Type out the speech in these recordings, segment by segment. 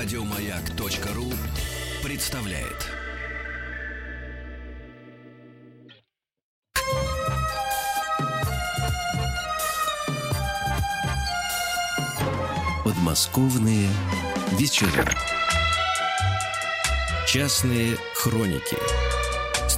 Радиомаяк.ру представляет. Подмосковные вечера. Частные хроники с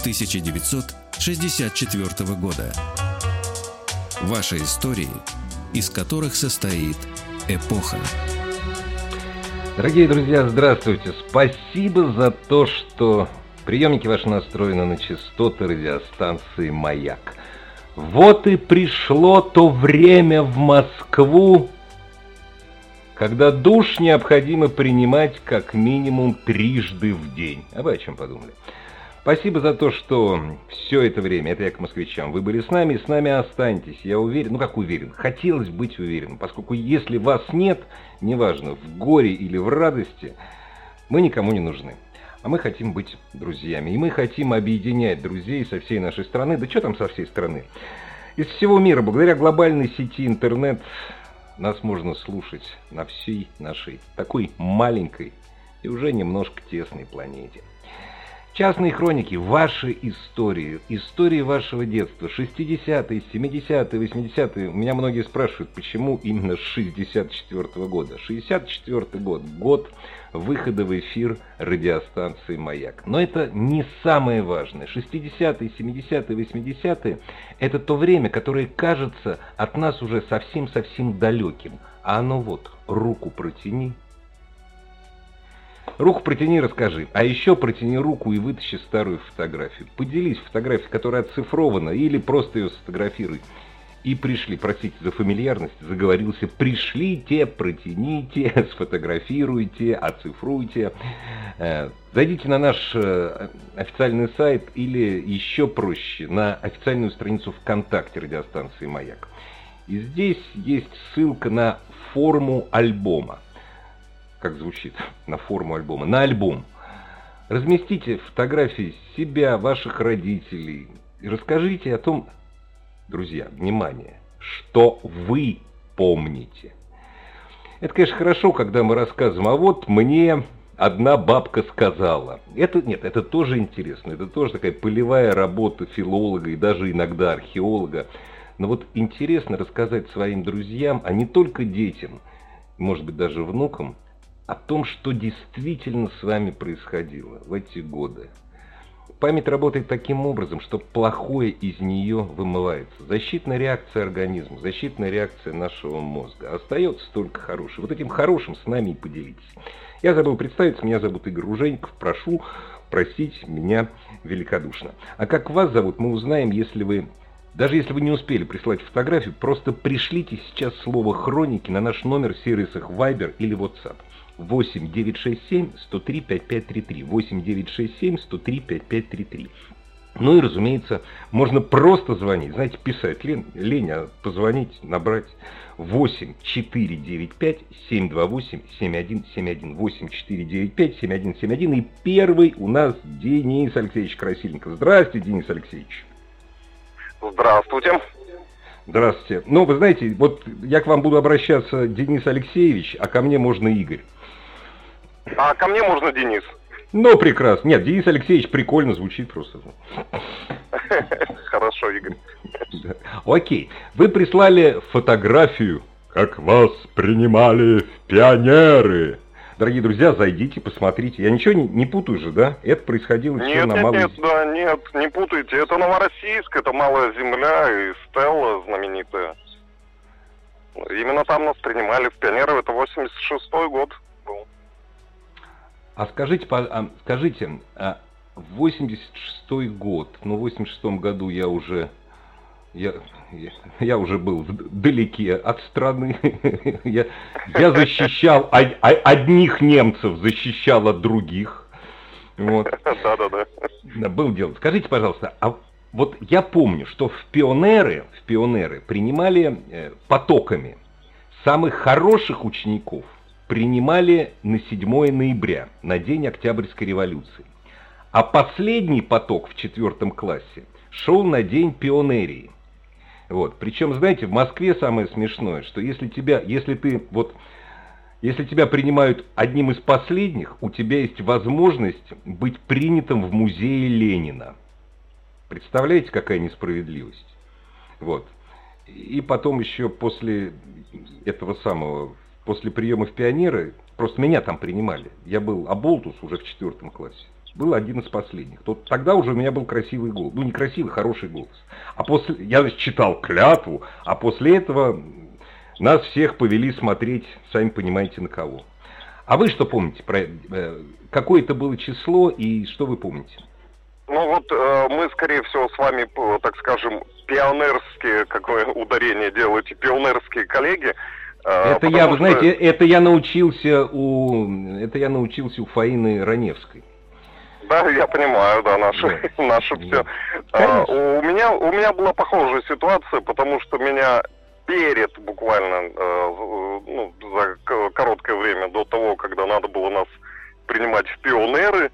1964 года. Ваши истории, из которых состоит эпоха. Дорогие друзья, здравствуйте. Спасибо за то, что приемники ваши настроены на частоты радиостанции «Маяк». Вот и пришло то время в Москву, когда душ необходимо принимать как минимум трижды в день. А вы о чем подумали? Спасибо за то, что все это время, это я к москвичам, вы были с нами и с нами останетесь. Я уверен, ну как уверен, хотелось быть уверенным, поскольку если вас нет, неважно, в горе или в радости, мы никому не нужны. А мы хотим быть друзьями, и мы хотим объединять друзей со всей нашей страны. Да что там со всей страны? Из всего мира, благодаря глобальной сети интернет, нас можно слушать на всей нашей такой маленькой и уже немножко тесной планете. Частные хроники, ваши истории, истории вашего детства, 60-е, 70-е, 80-е. У меня многие спрашивают, почему именно с 64-го года. 64-й год, год выхода в эфир радиостанции «Маяк». Но это не самое важное. 60-е, 70-е, 80-е – это то время, которое кажется от нас уже совсем-совсем далеким. А оно вот, руку протяни. Руку протяни, расскажи. А еще протяни руку и вытащи старую фотографию. Поделись фотографией, которая оцифрована, или просто ее сфотографируй. И пришли, простите за фамильярность, заговорился, пришлите, протяните, сфотографируйте, оцифруйте. Зайдите на наш официальный сайт или еще проще, на официальную страницу ВКонтакте радиостанции «Маяк». И здесь есть ссылка на форму альбома. Как звучит, на форму альбома, на альбом. Разместите фотографии себя, ваших родителей и расскажите о том, друзья, внимание, что вы помните. Это, конечно, хорошо, когда мы рассказываем, а вот мне одна бабка сказала. Это тоже интересно, это тоже такая полевая работа филолога и даже иногда археолога. Но вот интересно рассказать своим друзьям, а не только детям, может быть, даже внукам, о том, что действительно с вами происходило в эти годы. Память работает таким образом, что плохое из нее вымывается. Защитная реакция организма, защитная реакция нашего мозга. Остается только хорошее. Вот этим хорошим с нами и поделитесь. Я забыл представиться, меня зовут Игорь Ужеников. Прошу простить меня великодушно. А как вас зовут, мы узнаем, даже если вы не успели прислать фотографию, просто пришлите сейчас слово «хроники» на наш номер в сервисах Viber или WhatsApp. 8 967 103 5533. 8 967 103 5533. Ну и, разумеется, можно просто звонить. Знаете, писать лень, а позвонить, набрать 8 495 728 7171. 8 495 7171. И первый у нас Денис Алексеевич Красильников. Здравствуйте, Денис Алексеевич. Здравствуйте. Здравствуйте. Ну, вы знаете, вот я к вам буду обращаться, Денис Алексеевич, а ко мне можно Игорь. А ко мне можно Денис. Ну, прекрасно. Нет, Денис Алексеевич прикольно звучит просто. Хорошо, Игорь. Да. Окей. Вы прислали фотографию, как вас принимали пионеры. Дорогие друзья, зайдите, посмотрите. Я ничего не путаю же, да? Это происходило все на Малой Земле. Нет, не путайте. Это Новороссийск, это Малая Земля и Стелла знаменитая. Именно там нас принимали в пионеры. Это 86-й год был. А скажите, 86-й год, ну, в 86-м году я уже был вдалеке от страны. Я защищал одних немцев, защищал от других. Вот. Да. Был дело. Скажите, пожалуйста, а вот я помню, что в пионеры принимали потоками. Самых хороших учеников принимали на 7 ноября, на день Октябрьской революции. А последний поток в 4 классе шел на день пионерии. Вот. Причем, знаете, в Москве самое смешное, что если ты вот Если тебя принимают одним из последних, у тебя есть возможность быть принятым в музее Ленина. Представляете, какая несправедливость? Вот. И потом еще после этого самого, после приема в пионеры, просто меня там принимали. Я был оболтус уже в 4 классе. Был один из последних. Тогда уже у меня был красивый голос. Ну, не красивый, хороший голос. Я читал клятву, а после этого нас всех повели смотреть, сами понимаете, на кого. А вы что помните? Какое это было число и что вы помните? Ну вот мы, скорее всего, с вами, так скажем, пионерские, какое ударение делаете, пионерские коллеги. Это я, вы знаете, это я научился у Фаины Раневской. Да, я понимаю, да, наше все. У меня была похожая ситуация, потому что меня перед буквально, за короткое время до того, когда надо было нас принимать в пионеры,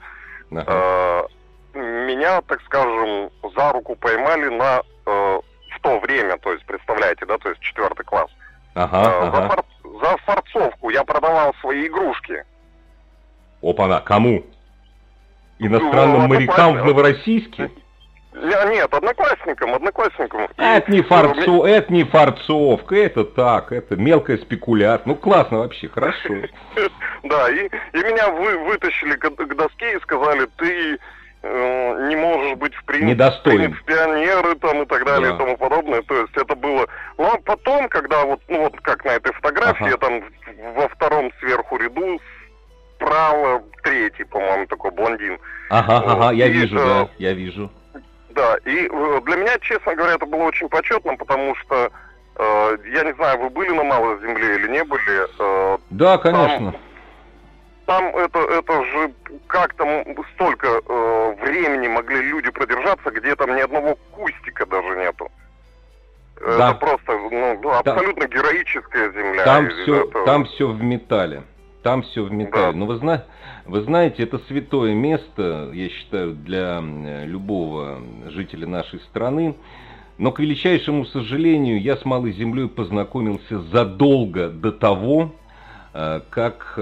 меня, так скажем, за руку поймали в то время, то есть, представляете, да, то есть 4 класс. За форцовку я продавал свои игрушки. Опа-на, кому? Иностранным морякам в Новороссийске? Нет, одноклассникам. Это не форцовка, это так, это мелкая спекуляция. Ну, классно вообще, хорошо. Да, и меня вытащили к доске и сказали, ты не можешь быть недостоин в пионеры там и так далее, и тому подобное. То есть это было... Ну, а потом, когда вот как на этой фотографии, я там во 2-м сверху ряду, справа 3-й, по-моему, такой блондин. Я вижу. Да, и для меня, честно говоря, это было очень почетно, потому что, я не знаю, вы были на Малой Земле или не были? Да, конечно. Там это же как-то столько времени могли люди продержаться, где там ни одного кустика даже нету. Да. Это просто абсолютно героическая земля. Там все в металле. Да. Но вы знаете, это святое место, я считаю, для любого жителя нашей страны. Но, к величайшему сожалению, я с Малой Землей познакомился задолго до того, как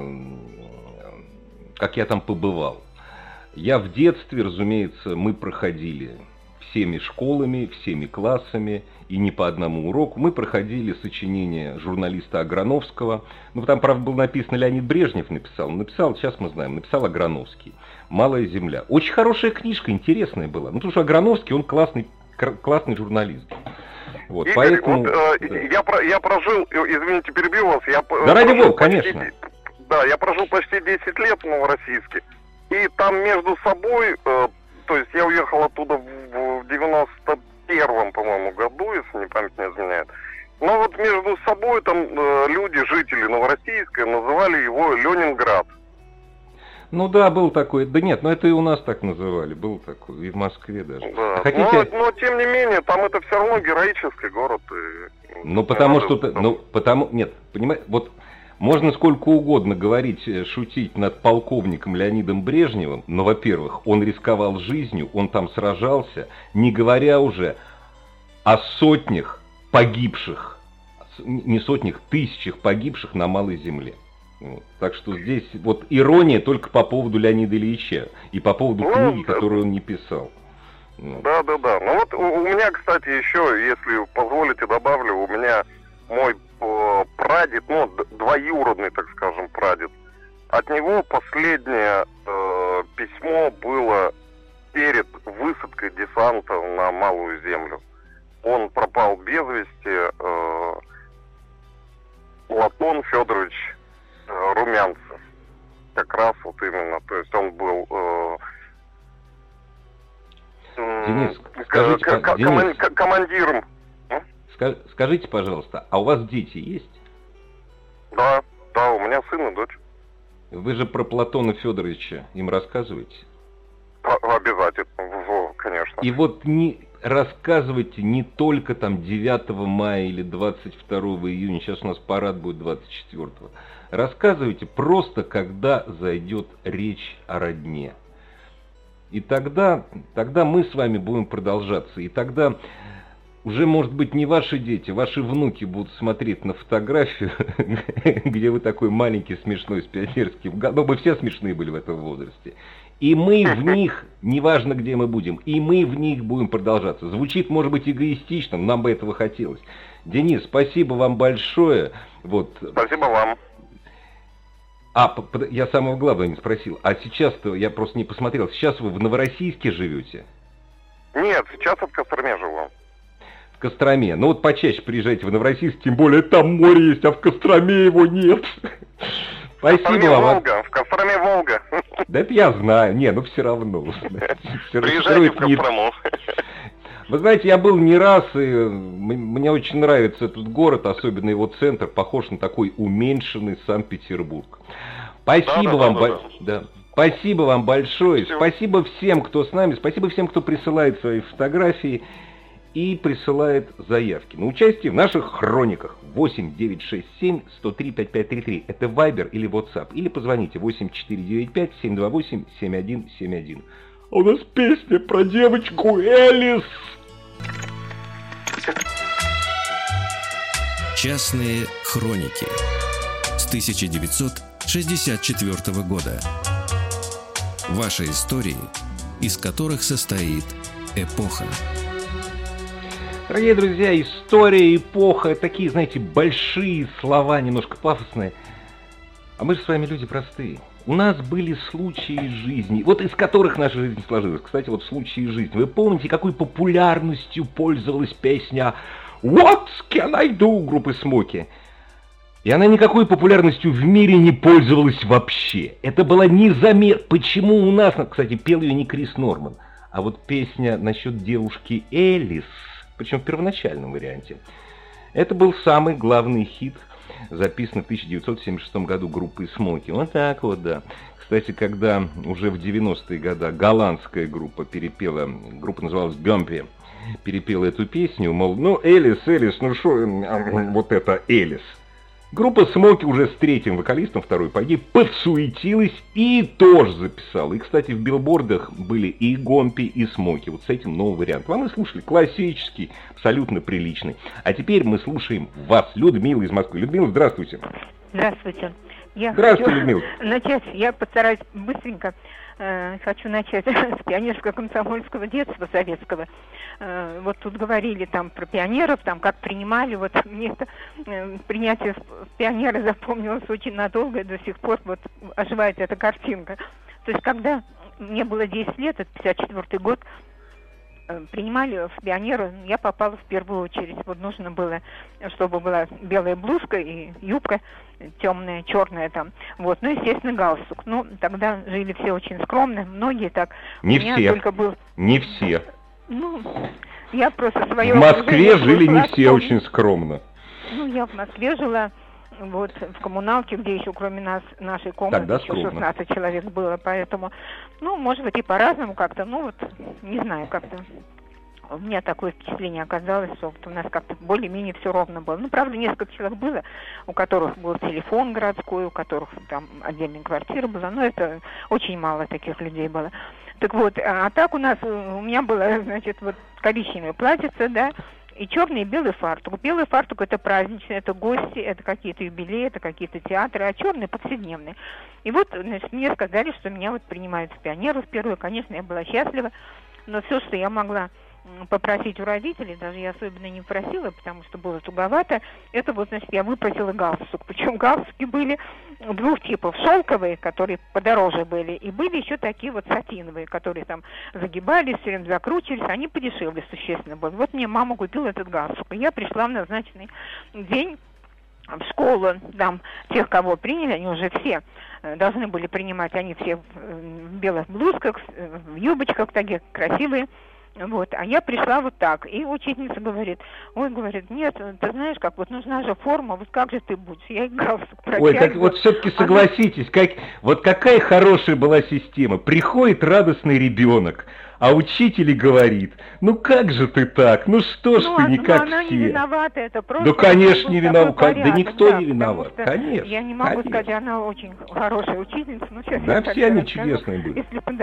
я там побывал. Я в детстве, разумеется, мы проходили всеми школами, всеми классами, и не по одному уроку. Мы проходили сочинение журналиста Аграновского. Ну, там, правда, было написано, Леонид Брежнев написал. Сейчас мы знаем, написал Аграновский. «Малая земля». Очень хорошая книжка, интересная была. Ну, потому что Аграновский, он классный журналист. Вот, Игорь, поэтому... я прожил, извините, перебил вас. Да ради бога, конечно. Да, я прожил почти 10 лет в Новороссийске. И там между собой, то есть я уехал оттуда в 91-м, по-моему, году, если мне память не изменяет. Но вот между собой там люди, жители Новороссийска, называли его Ленинград. Ну да, был такой. Да нет, это и у нас так называли. Был такой, и в Москве даже. Да. Хотите... но тем не менее, там это все равно героический город. Ну потому что... Нет, понимаете, вот... Можно сколько угодно говорить, шутить над полковником Леонидом Брежневым, но, во-первых, он рисковал жизнью, он там сражался, не говоря уже о сотнях погибших, не сотнях, тысячах погибших на Малой Земле. Вот. Так что здесь вот ирония только по поводу Леонида Ильича и по поводу книги, которую он не писал. Да. Ну вот у меня, кстати, еще, если позволите, добавлю, у меня мой прадед, двоюродный, так скажем, прадед. От него последнее письмо было перед высадкой десанта на Малую Землю. Он пропал без вести. Платон Федорович Румянцев. Как раз вот именно. То есть он был... Денис, скажите, командиром. Скажите, пожалуйста, а у вас дети есть? Да, у меня сын и дочь. Вы же про Платона Федоровича им рассказываете? Обязательно, конечно. И вот рассказывайте не только там 9 мая или 22 июня, сейчас у нас парад будет 24-го. Рассказывайте просто, когда зайдет речь о родне. И тогда мы с вами будем продолжаться. И тогда уже, может быть, не ваши дети, ваши внуки будут смотреть на фотографию, где вы такой маленький, смешной, с пионерским... Ну, мы все смешные были в этом возрасте. И мы в них, неважно, где мы будем, и мы в них будем продолжаться. Звучит, может быть, эгоистично, но нам бы этого хотелось. Денис, спасибо вам большое. Вот. Спасибо вам. Я самого главного не спросил. А сейчас-то, я просто не посмотрел, сейчас вы в Новороссийске живете? Нет, сейчас я в Костроме живу. В Костроме. Ну вот почаще приезжайте в Новороссийск, тем более там море есть, а в Костроме его нет. Спасибо вам. В Костроме Волга. Да это я знаю. Не, ну все равно. Приезжайте в Кострому. Вы знаете, я был не раз, и мне очень нравится этот город, особенно его центр, похож на такой уменьшенный Санкт-Петербург. Спасибо вам, спасибо вам большое, спасибо всем, кто с нами, спасибо всем, кто присылает свои фотографии и присылает заявки на участие в наших хрониках. 8-967-103-5533, это Viber или WhatsApp, или позвоните 8495-728-7171. А у нас песня про девочку Элис. Частные хроники с 1964 года. Ваши истории, из которых состоит эпоха. Дорогие друзья, история, эпоха, такие, знаете, большие слова, немножко пафосные. А мы же с вами люди простые. У нас были случаи жизни, вот из которых наша жизнь сложилась. Кстати, вот случаи жизни. Вы помните, какой популярностью пользовалась песня «What can I do» группы Смоки? И она никакой популярностью в мире не пользовалась вообще. Это была незаметно. Почему у нас, кстати, пел ее не Крис Норман, а вот песня насчет девушки Элис, причем в первоначальном варианте. Это был самый главный хит, записанный в 1976 году группой Смоки. Вот так вот, да. Кстати, когда уже в 90-е годы голландская группа перепела, группа называлась Гампи, перепела эту песню, мол, ну, Элис, ну что, вот это Элис. Группа Смоки уже с третьим вокалистом, второй пойди, подсуетилась и тоже записала. И, кстати, в билбордах были и Гомпи, и Смоки. Вот с этим новый вариант. А мы слушали классический, абсолютно приличный. А теперь мы слушаем вас, Людмила из Москвы. Людмила, здравствуйте. Здравствуйте. Здравствуйте, Людмила. Я постараюсь быстренько. Хочу начать с пионерско-комсомольского детства советского. Вот тут говорили там про пионеров, там как принимали. Вот мне это принятие в пионеры запомнилось очень надолго, и до сих пор вот оживает эта картинка. То есть когда мне было 10 лет, это 54-й год, принимали в пионеры, я попала в первую очередь. Вот нужно было, чтобы была белая блузка и юбка темная, черная там. Вот, ну, естественно, галстук. Ну, тогда жили все очень скромно, многие так. Не все. Только был... Не все. Ну, я просто свое... В Москве жили не все очень скромно. Ну, я в Москве жила, вот, в коммуналке, где еще кроме нас, нашей комнаты, тогда еще скромно. 16 человек было, поэтому, ну, может быть, и по-разному как-то, ну, вот, не знаю, как-то у меня такое впечатление оказалось, что вот у нас как-то более-менее все ровно было. Ну, правда, несколько человек было, у которых был телефон городской, у которых там отдельная квартира была, но это очень мало таких людей было. Так вот, а так у меня было, значит, вот коричневое платьице, да, и черный и белый фартук. Белый фартук — это праздничный, это гости, это какие-то юбилеи, это какие-то театры, а черный — повседневный. И вот, значит, мне сказали, что меня вот принимают в пионеры впервые. Конечно, я была счастлива, но все, что я могла попросить у родителей, даже я особенно не просила, потому что было туговато, это вот, значит, я выпросила галстук. Причем галстуки были двух типов: шелковые, которые подороже были, и были еще такие вот сатиновые, которые там загибались, все время закручивались, они подешевле существенно были. Вот мне мама купила этот галстук, и я пришла в назначенный день в школу, там тех, кого приняли, они уже все должны были принимать, они все в белых блузках, в юбочках таких красивые. Вот, а я пришла вот так, и учительница говорит, ой, говорит, нет, ты знаешь, как вот нужна же форма, вот как же ты будешь? Я и галстук протягиваю. Ой, так вот все-таки согласитесь, вот какая хорошая была система. Приходит радостный ребенок, а учитель говорит, ну как же ты так, ну что ж ты не как она все. Не виновата, это просто... Да, конечно, не виноват, порядок, да никто да, не виноват, конечно. Я не могу конечно. сказать, она очень хорошая учительница, но сейчас да, я все они расскажу, чудесные были. Если бы, да.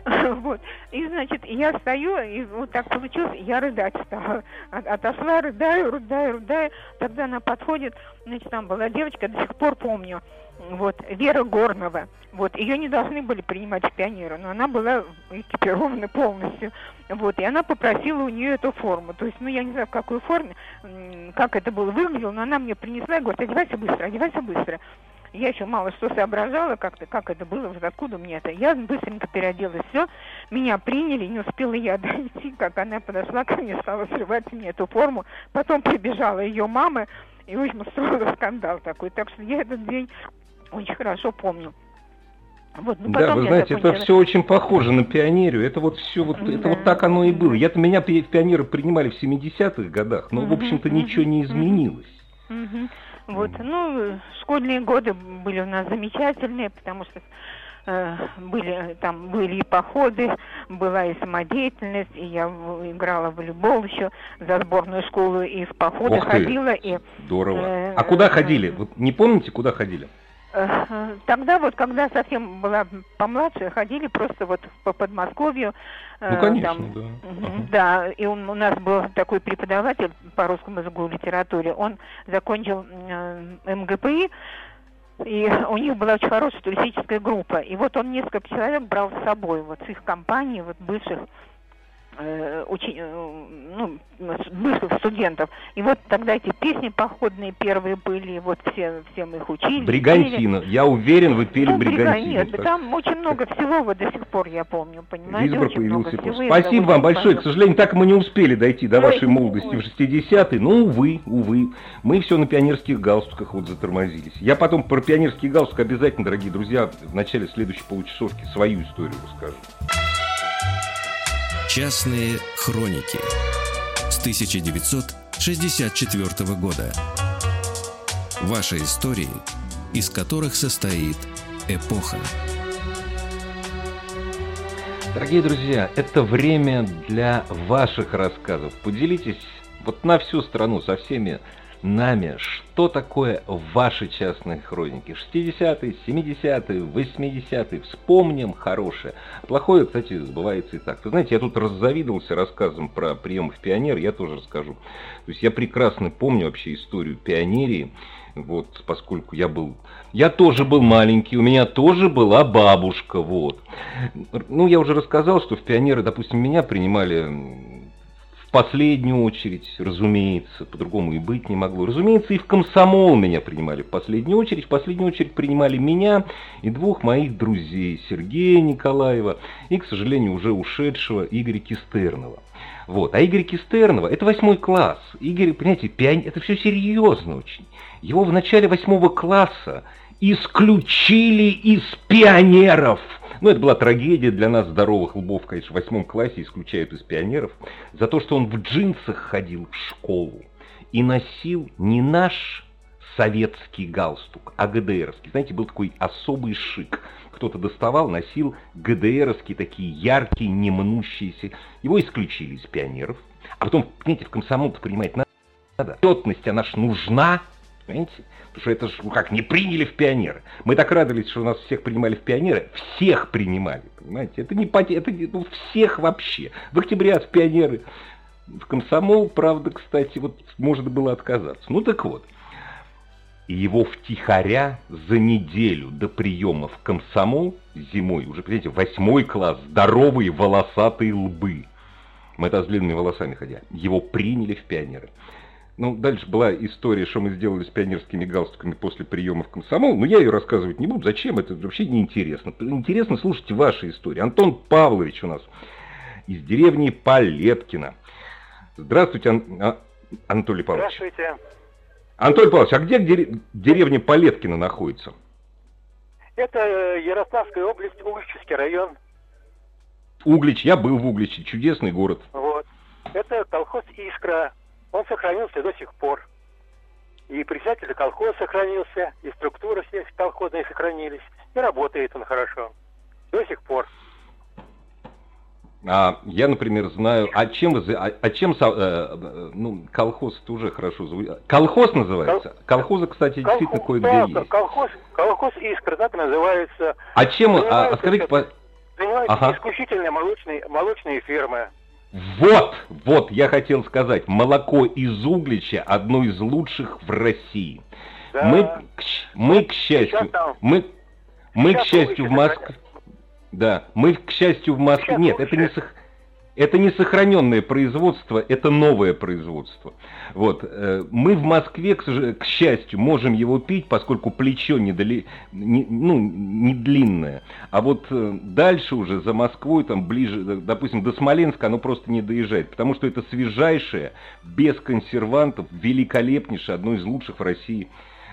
Вот. И, значит, я стою, и вот так получилось, я рыдать стала. Отошла, рыдаю. Тогда она подходит, значит, там была девочка, до сих пор помню, вот, Вера Горнова. Вот, ее не должны были принимать в пионеры, но она была экипирована полностью. Вот, и она попросила у нее эту форму. То есть, ну, я не знаю, в какой форме, как это было выглядело, но она мне принесла и говорит: одевайся быстро. Я еще мало что соображала, как это было, вот откуда мне это. Я быстренько переоделась, все, меня приняли, не успела я дойти, как она подошла ко мне, стала срывать мне эту форму. Потом прибежала ее мама и, в общем, устроила скандал такой. Так что я этот день очень хорошо помню. Вот, ну, да, вы знаете, это все очень похоже на пионерию. Это вот все, это вот так оно и было. Меня в пионеры принимали в 70-х годах, но, в общем-то, ничего не изменилось. Вот, ну, школьные годы были у нас замечательные, потому что были и походы, была и самодеятельность, и я играла в волейбол еще за сборную школу, и в походы ходила. Здорово. А куда ходили? Вы не помните, куда ходили? Тогда вот, когда совсем была помладше, ходили просто вот по Подмосковью. Ну, конечно, да, и у нас был такой преподаватель по русскому языку и литературе. Он закончил МГПИ, и у них была очень хорошая туристическая группа. И вот он несколько человек брал с собой, вот с их компании, вот бывших бывших студентов. И вот тогда эти песни походные первые были, вот все мы их учили. Бригантина. Я уверен, вы пели Бригантину. Нет, там очень много всего, вот до сих пор я помню, понимаете? Визбор появился. Спасибо вам большое. К сожалению, так мы не успели дойти до вашей молодости в 60-е. Но, увы. Мы все на пионерских галстуках вот затормозились. Я потом про пионерский галстук обязательно, дорогие друзья, в начале следующей получасовки свою историю расскажу. Частные хроники с 1964 года. Ваши истории, из которых состоит эпоха. Дорогие друзья, это время для ваших рассказов. Поделитесь вот на всю страну со всеми нами, что такое ваши частные хроники. 60-е, 70-е, 80-е. Вспомним хорошее. Плохое, кстати, сбывается и так. Вы знаете, я тут раззавидовался рассказом про прием в пионер, я тоже расскажу. То есть я прекрасно помню вообще историю пионерии. Вот, поскольку я тоже был маленький, у меня тоже была бабушка, вот. Ну, я уже рассказал, что в пионеры, допустим, меня принимали в последнюю очередь, разумеется, по-другому и быть не могло. Разумеется, и в комсомол меня принимали в последнюю очередь. В последнюю очередь принимали меня и двух моих друзей, Сергея Николаева и, к сожалению, уже ушедшего Игоря Кистернова. Вот. А Игорь Кистернова, это 8 класс. Игорь, понимаете, это все серьезно очень. Его в начале 8 класса исключили из пионеров. Ну, это была трагедия для нас, здоровых лбов, конечно, в 8 классе исключают из пионеров, за то, что он в джинсах ходил в школу и носил не наш советский галстук, а ГДРовский. Знаете, был такой особый шик. Кто-то доставал, носил ГДРовские, такие яркие, не мнущиеся. Его исключили из пионеров. А потом, понимаете, в комсомол-то принимать надо. Ответственность, она ж нужна. Понимаете? Потому что это же, не приняли в пионеры. Мы так радовались, что нас всех принимали в пионеры. Всех принимали, понимаете? Это всех вообще. В октябре в пионеры. В комсомол, правда, кстати, вот можно было отказаться. Ну так вот. И его втихаря за неделю до приема в комсомол зимой, уже, понимаете, 8 класс, здоровые волосатые лбы. Мы-то с длинными волосами ходили. Его приняли в пионеры. Ну, дальше была история, что мы сделали с пионерскими галстуками после приема в комсомол. Но я ее рассказывать не буду. Зачем? Это вообще неинтересно. Интересно слушайте ваши истории. Антон Павлович у нас из деревни Полеткино. Здравствуйте, Анатолий Павлович. Здравствуйте. Анатолий Павлович, а где деревня Полеткино находится? Это Ярославская область, Угличский район. Углич, я был в Угличе, чудесный город. Вот. Это колхоз «Искра». Он сохранился до сих пор. И председатель колхоза сохранился, и структуры все колхозные сохранились. И работает он хорошо. До сих пор. А я, например, знаю, колхоз-то уже хорошо звучит. Колхоз называется? Колхоза, кстати, действительно кое-где есть. Колхоз «Искра», так называется. А чем, скажите, занимаются исключительно молочные фермы. Вот, я хотел сказать, молоко из Углича одно из лучших в России. Да. Мы к счастью в Москве... Да, мы, к счастью, в Москве... Нет, это не сохраненное производство, это новое производство. Вот. Мы в Москве, к счастью, можем его пить, поскольку плечо не длинное. А вот дальше уже, за Москвой, там ближе, допустим, до Смоленска, оно просто не доезжает. Потому что это свежайшее, без консервантов, великолепнейшее, одно из лучших в России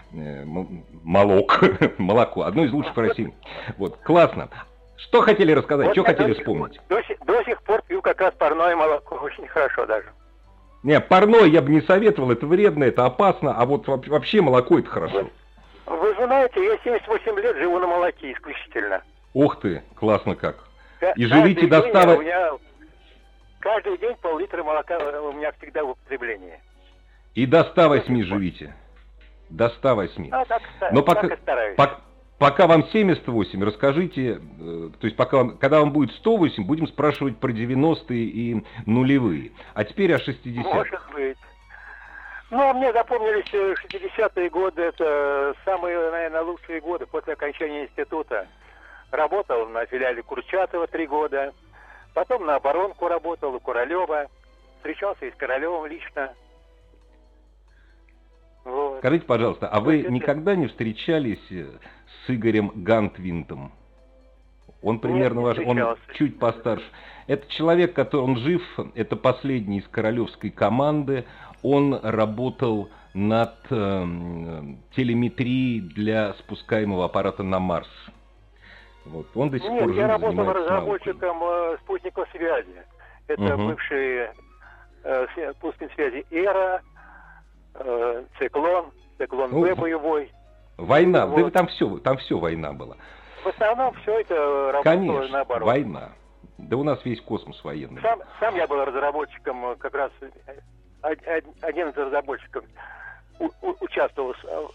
молоко. Одно из лучших в России. Вот, классно. Что хотели рассказать? Вот что хотели вспомнить? До сих пор пью как раз парное молоко. Очень хорошо даже. Не, парное я бы не советовал. Это вредно, это опасно. А вот вообще молоко это хорошо. Вы знаете, я 78 лет живу на молоке исключительно. Ух ты, классно как. И живите до 100... Каждый день пол-литра молока у меня всегда в употреблении. И до 108 живите. До 108. Но пока вам 78, расскажите, то есть когда вам будет 108, будем спрашивать про 90-е и нулевые. А теперь о 60-х. Может быть. Ну, а мне запомнились 60-е годы, это самые, наверное, лучшие годы после окончания института. Работал на филиале Курчатова 3 года, потом на оборонку работал у Королева, встречался и с Королевым лично. Вот. Скажите, пожалуйста, а вы никогда не встречались с Игорем Гантвинтом? Он примерно ваш, он чуть постарше. Это человек, он жив, это последний из королевской команды. Он работал над телеметрией для спускаемого аппарата на Марс. Вот. Он до сих пор жив, я работал разработчиком спутниковой связи. Это бывшие спутниковой связи «Эра», «Циклон», «Б» боевой. Война, вот. Да там все война была. В основном все это работало Конечно, наоборот. Война. Да у нас весь космос военный. Сам я был разработчиком, как раз один из разработчиков участвовал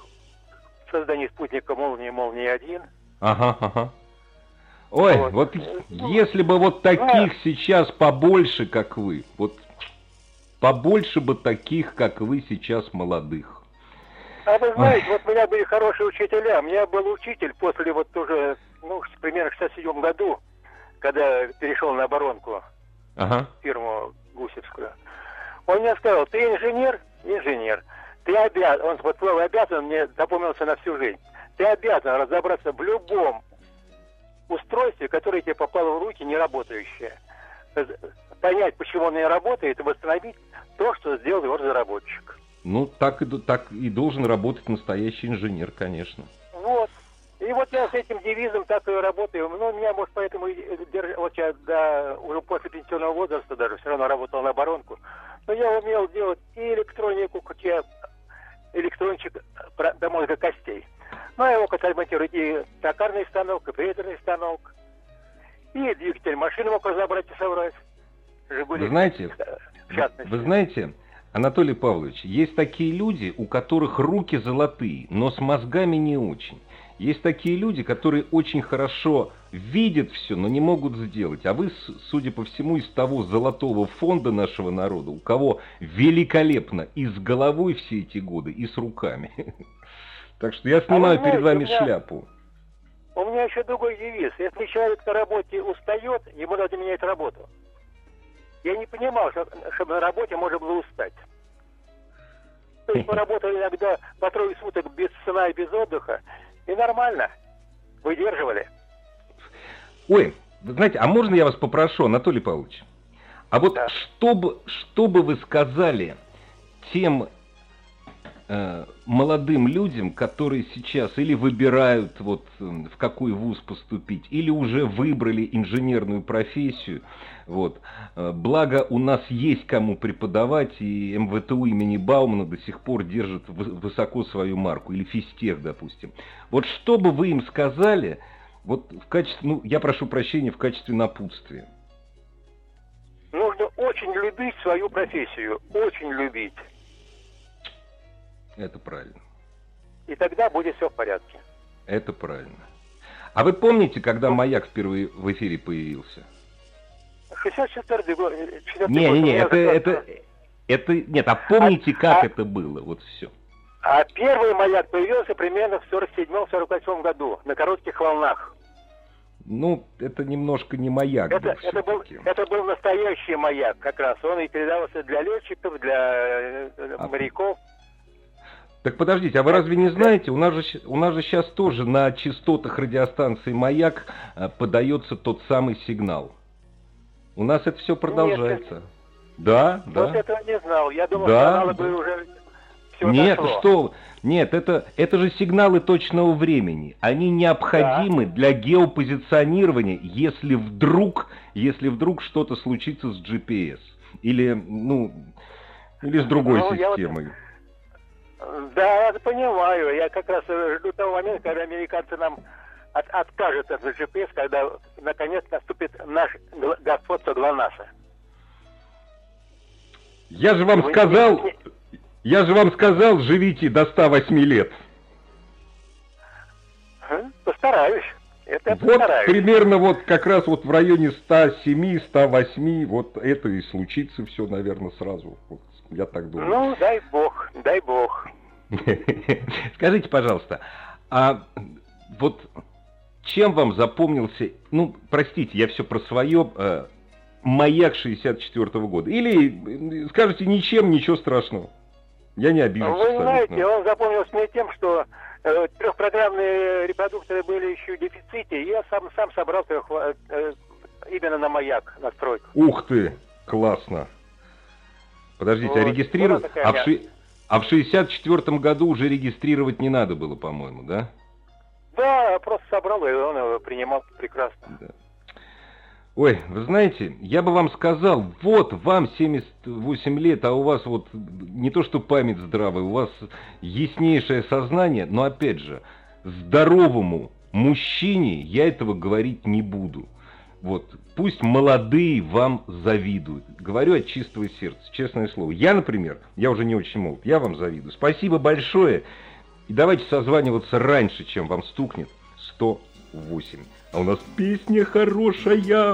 в создании спутника «Молния-1». Ага. Ой, вот если бы вот таких сейчас побольше, как вы, вот побольше бы таких, как вы сейчас, молодых. А вы знаете, вот у меня были хорошие учителя. У меня был учитель после вот уже, примерно в 67 году, когда перешел на оборонку, фирму Гусевскую. Он мне сказал: ты инженер? Инженер. Ты обязан, он вот слово «обязан» мне запомнился на всю жизнь. Ты обязан разобраться в любом устройстве, которое тебе попало в руки, не работающее. Понять, почему он не работает, и восстановить то, что сделал его разработчик. Ну, так и должен работать настоящий инженер, конечно. Вот. И вот я с этим девизом так и работаю. Ну, меня, может, поэтому вот я уже после пенсионного возраста даже все равно работал на оборонку. Но я умел делать и электронику, как я электрончик до мозга костей. Ну, я мог отремонтировать и токарный станок, и прессорный станок, и двигатель машины мог разобрать и собрать. Вы знаете, Анатолий Павлович, есть такие люди, у которых руки золотые, но с мозгами не очень. Есть такие люди, которые очень хорошо видят все, но не могут сделать. А вы, судя по всему, из того золотого фонда нашего народа, у кого великолепно и с головой все эти годы, и с руками. Так что я снимаю перед вами шляпу. У меня еще другой девиз. Если человек на работе устает, ему надо менять работу. Я не понимал, чтобы на работе можно было устать. То есть мы работали иногда по 3 суток без сна и без отдыха, и нормально выдерживали. Ой, вы знаете, а можно я вас попрошу, Анатолий Павлович? А вот что бы вы сказали тем молодым людям, которые сейчас или выбирают, вот, в какой вуз поступить, или уже выбрали инженерную профессию, вот. Благо у нас есть кому преподавать, и МВТУ имени Баумана до сих пор держит высоко свою марку, или физтех, допустим. Вот что бы вы им сказали, вот в качестве, я прошу прощения, в качестве напутствия? Нужно очень любить свою профессию, очень любить. Это правильно. И тогда будет все в порядке. Это правильно. А вы помните, когда «Маяк» впервые в эфире появился? 64-й год. Нет, а помните, как это было? Вот все. А первый «Маяк» появился примерно в 47-48 году, на коротких волнах. Ну, это немножко не «Маяк» был все-таки. Это был настоящий «Маяк» как раз. Он и передавался для летчиков, для моряков. Так подождите, а вы разве не знаете, у нас же сейчас тоже на частотах радиостанции «Маяк» подается тот самый сигнал. У нас это все продолжается. Нет, да. Вот этого не знал. Я думал, что аналоговые уже все дошло. Нет, это же сигналы точного времени. Они необходимы для геопозиционирования, если вдруг что-то случится с GPS. Или с другой системой. Да, я понимаю. Я как раз жду того момента, когда американцы нам откажут от GPS, когда наконец наступит наше господство ГЛОНАССа. Я же вам сказал, живите до 108 лет. Постараюсь. Постараюсь. Примерно вот как раз вот в районе 107, 108, вот это и случится все, наверное, сразу. Вот, я так думаю. Ну, дай бог. Скажите, пожалуйста, а вот чем вам запомнился, простите, я все про свое, «Маяк» 64-го года? Или скажете, ничем, ничего страшного? Я не обижусь. Вы знаете, он запомнился мне тем, что трехпрограммные репродукторы были еще в дефиците, и я сам собрал именно на «Маяк» настройку. Ух ты, классно. Подождите, вот, а регистрировать... А в 64-м году уже регистрировать не надо было, по-моему, да? Да, просто собрал, и он его принимал прекрасно. Да. Ой, вы знаете, я бы вам сказал, вот вам 78 лет, а у вас вот не то что память здравая, у вас яснейшее сознание, но опять же, здоровому мужчине я этого говорить не буду. Вот, пусть молодые вам завидуют. Говорю от чистого сердца, честное слово. Я, например, я уже не очень молод, я вам завидую. Спасибо большое. И давайте созваниваться раньше, чем вам стукнет 108. А у нас песня хорошая.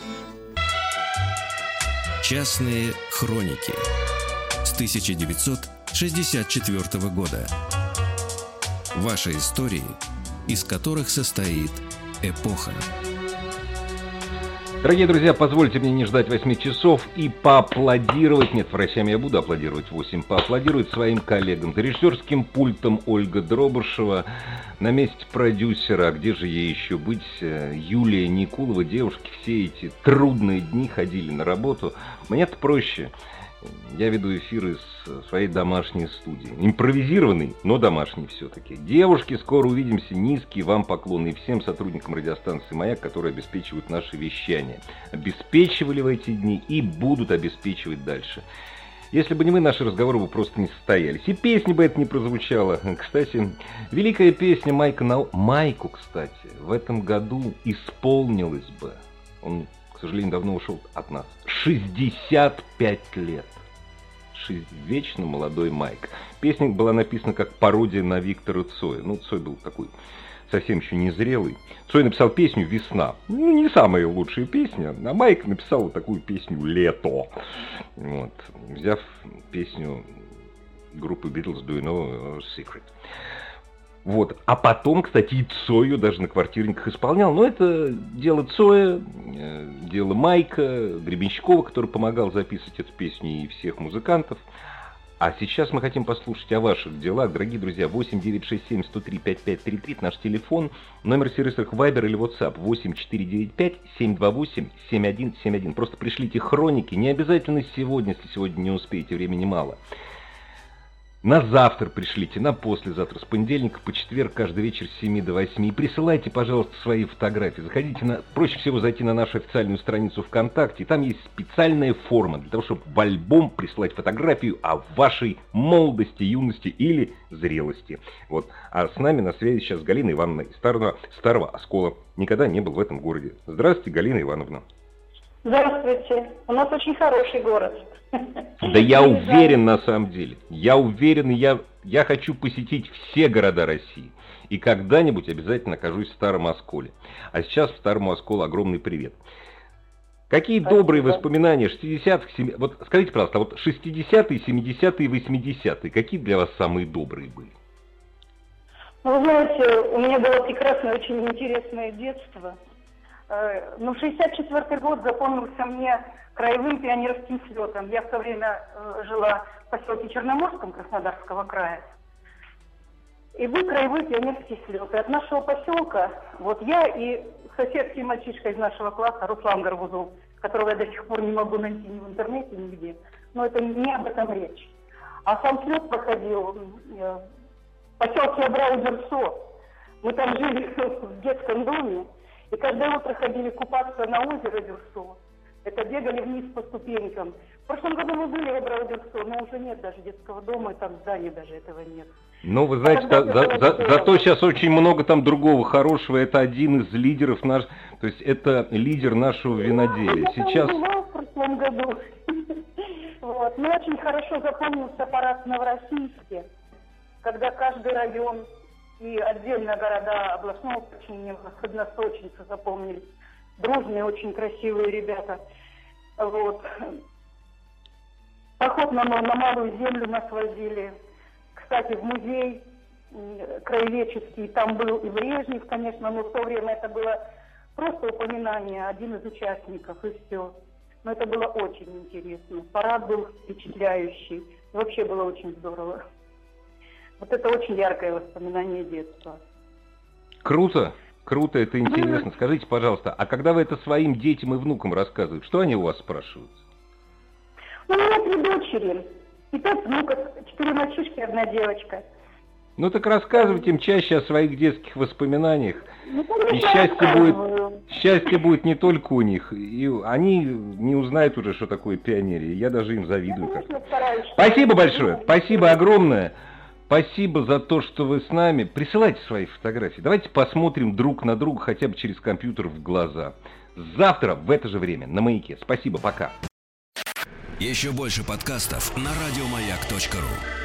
Частные хроники с 1964 года. Ваши истории, из которых состоит эпоха. Дорогие друзья, позвольте мне не ждать 8 часов и поаплодировать, нет, врачами я буду аплодировать 8, поаплодировать своим коллегам. За режиссерским пультом Ольга Дробышева, на месте продюсера, а где же ей еще быть, Юлия Никулова. Девушки все эти трудные дни ходили на работу. Мне-то проще. Я веду эфиры из своей домашней студии. Импровизированный, но домашний все-таки. Девушки, скоро увидимся. Низкий вам поклон и всем сотрудникам радиостанции «Маяк», которые обеспечивают наше вещание. Обеспечивали в эти дни и будут обеспечивать дальше. Если бы не мы, наши разговоры бы просто не состоялись. И песня бы это не прозвучала. Кстати, великая песня Майку, кстати, в этом году исполнилась бы. Он, к сожалению, давно ушел от нас. 65 лет. Вечно молодой Майк. Песня была написана как пародия на Виктора Цоя. Цой был такой совсем еще незрелый. Цой написал песню «Весна». Не самая лучшая песня, а Майк написал вот такую песню «Лето». Вот. Взяв песню группы Beatles «Do You Know Secret». Вот. А потом, кстати, и Цой ее даже на квартирниках исполнял. Но это дело Цоя, дело Майка Гребенщикова, который помогал записывать эту песню, и всех музыкантов. А сейчас мы хотим послушать о ваших делах. Дорогие друзья, 8 967 103 5533, наш телефон, номер сервисов Viber или WhatsApp 8 495 728 7171. Просто пришлите хроники, не обязательно сегодня, если сегодня не успеете, времени мало. На завтра пришлите, на послезавтра, с понедельника по четверг, каждый вечер с 7 до 8. И присылайте, пожалуйста, свои фотографии. Заходите проще всего зайти на нашу официальную страницу ВКонтакте. И там есть специальная форма для того, чтобы в альбом присылать фотографию о вашей молодости, юности или зрелости. Вот. А с нами на связи сейчас Галина Ивановна из Старого Оскола. Никогда не был в этом городе. Здравствуйте, Галина Ивановна. Здравствуйте. У нас очень хороший город. Да я уверен на самом деле. Я уверен, я хочу посетить все города России. И когда-нибудь обязательно окажусь в Старом Осколе. А сейчас в Старому Осколу огромный привет. Какие добрые воспоминания 60-х, вот скажите, пожалуйста, вот 60-е, 70-е, 80-е, какие для вас самые добрые были? Ну, вы знаете, у меня было прекрасное, очень интересное детство. Но 64-й год запомнился мне краевым пионерским слетом. Я в то время жила в поселке Черноморском Краснодарского края. И был краевой пионерский слет. И от нашего поселка, вот я и соседский мальчишка из нашего класса, Руслан Гарбузов, которого я до сих пор не могу найти ни в интернете, нигде. Но это не об этом речь. А сам слет проходил в поселке Абрау-Дюрсо. Мы там жили в детском доме. И каждое утро ходили купаться на озеро Дюрсо. Это бегали вниз по ступенькам. В прошлом году мы были в Абрау-Дюрсо, но уже нет даже детского дома, и там зданий даже этого нет. Ну, вы знаете, зато сейчас очень много там другого хорошего. Это один из лидеров то есть это лидер нашего виноделия. Сейчас... Я была в прошлом году. Вот. Мне очень хорошо запомнился парад в Новороссийске, когда каждый район и отдельно города областного подчинения, особенно сочинцы, запомнились. Дружные, очень красивые ребята. Вот. Поход на Малую Землю нас возили. Кстати, в музей краеведческий, там был и Брежнев, конечно, но в то время это было просто упоминание, один из участников, и все. Но это было очень интересно. Парад был впечатляющий. Вообще было очень здорово. Вот это очень яркое воспоминание детства. Круто, круто, это интересно. Скажите, пожалуйста, а когда вы это своим детям и внукам рассказываете, что они у вас спрашивают? Ну, у меня 3 дочери и 5 внуков, 4 мальчишки, 1 девочка. Ну так рассказывайте им чаще о своих детских воспоминаниях. Ну, и счастье будет не только у них, и они не узнают уже, что такое пионерия. Я даже им завидую. Спасибо большое, спасибо огромное. Спасибо за то, что вы с нами. Присылайте свои фотографии. Давайте посмотрим друг на друга хотя бы через компьютер в глаза. Завтра в это же время на Маяке. Спасибо, пока. Еще больше подкастов на радиомаяк.ру.